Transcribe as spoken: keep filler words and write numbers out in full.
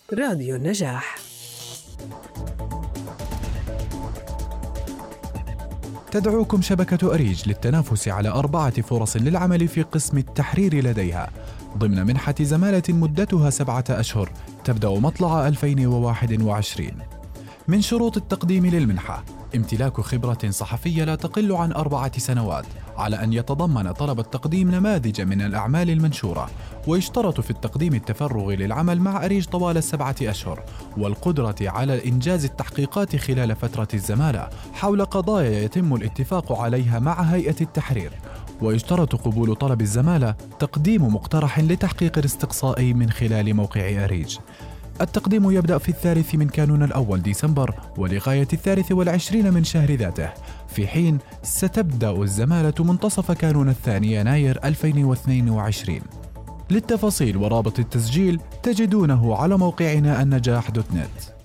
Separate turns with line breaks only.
راديو النجاح.
تدعوكم شبكة أريج للتنافس على أربعة فرص للعمل في قسم التحرير لديها ضمن منحة زمالة مدتها سبعة أشهر تبدأ مطلع ألفين وواحد وعشرين. من شروط التقديم للمنحة امتلاك خبرة صحفية لا تقل عن أربعة سنوات، على أن يتضمن طلب التقديم نماذج من الأعمال المنشورة، ويشترط في التقديم التفرغ للعمل مع أريج طوال السبعة أشهر، والقدرة على إنجاز التحقيقات خلال فترة الزمالة حول قضايا يتم الاتفاق عليها مع هيئة التحرير. ويشترط قبول طلب الزمالة تقديم مقترح لتحقيق الاستقصائي من خلال موقع أريج. التقديم يبدأ في الثالث من كانون الأول ديسمبر ولغاية الثالث والعشرين من شهر ذاته، في حين ستبدأ الزمالة منتصف كانون الثاني يناير ألفين واثنين وعشرين. للتفاصيل ورابط التسجيل تجدونه على موقعنا النجاح دوت نت.